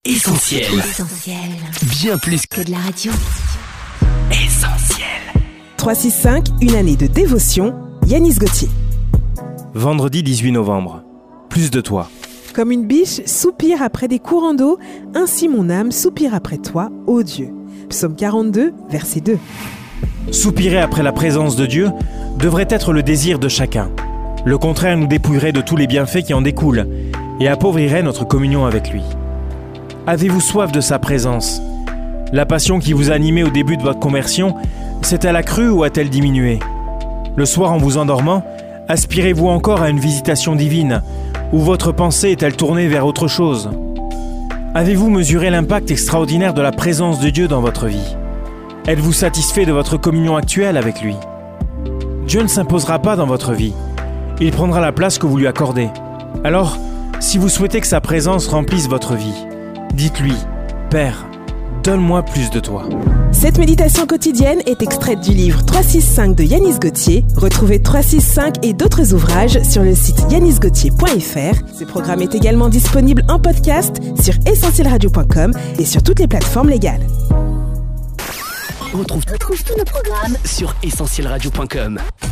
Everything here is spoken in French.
Essentiel. Bien plus que de la radio. Essentiel. 365, une année de dévotion. Yanis Gauthier. Vendredi 18 novembre. Plus de toi. Comme une biche soupire après des courants d'eau, ainsi mon âme soupire après toi, ô Dieu. Psaume 42, verset 2. Soupirer après la présence de Dieu devrait être le désir de chacun. Le contraire nous dépouillerait de tous les bienfaits qui en découlent et appauvrirait notre communion avec lui. Avez-vous soif de sa présence ? La passion qui vous a animé au début de votre conversion, s'est-elle accrue ou a-t-elle diminué ? Le soir en vous endormant, aspirez-vous encore à une visitation divine, ou votre pensée est-elle tournée vers autre chose ? Avez-vous mesuré l'impact extraordinaire de la présence de Dieu dans votre vie ? Êtes-vous satisfait de votre communion actuelle avec lui ? Dieu ne s'imposera pas dans votre vie. Il prendra la place que vous lui accordez. Alors, si vous souhaitez que sa présence remplisse votre vie, dites-lui, Père, donne-moi plus de toi. Cette méditation quotidienne est extraite du livre 365 de Yanis Gauthier. Retrouvez 365 et d'autres ouvrages sur le site yanisgauthier.fr. Ce programme est également disponible en podcast sur essentielradio.com et sur toutes les plateformes légales. On retrouve tous nos programmes sur essentielradio.com.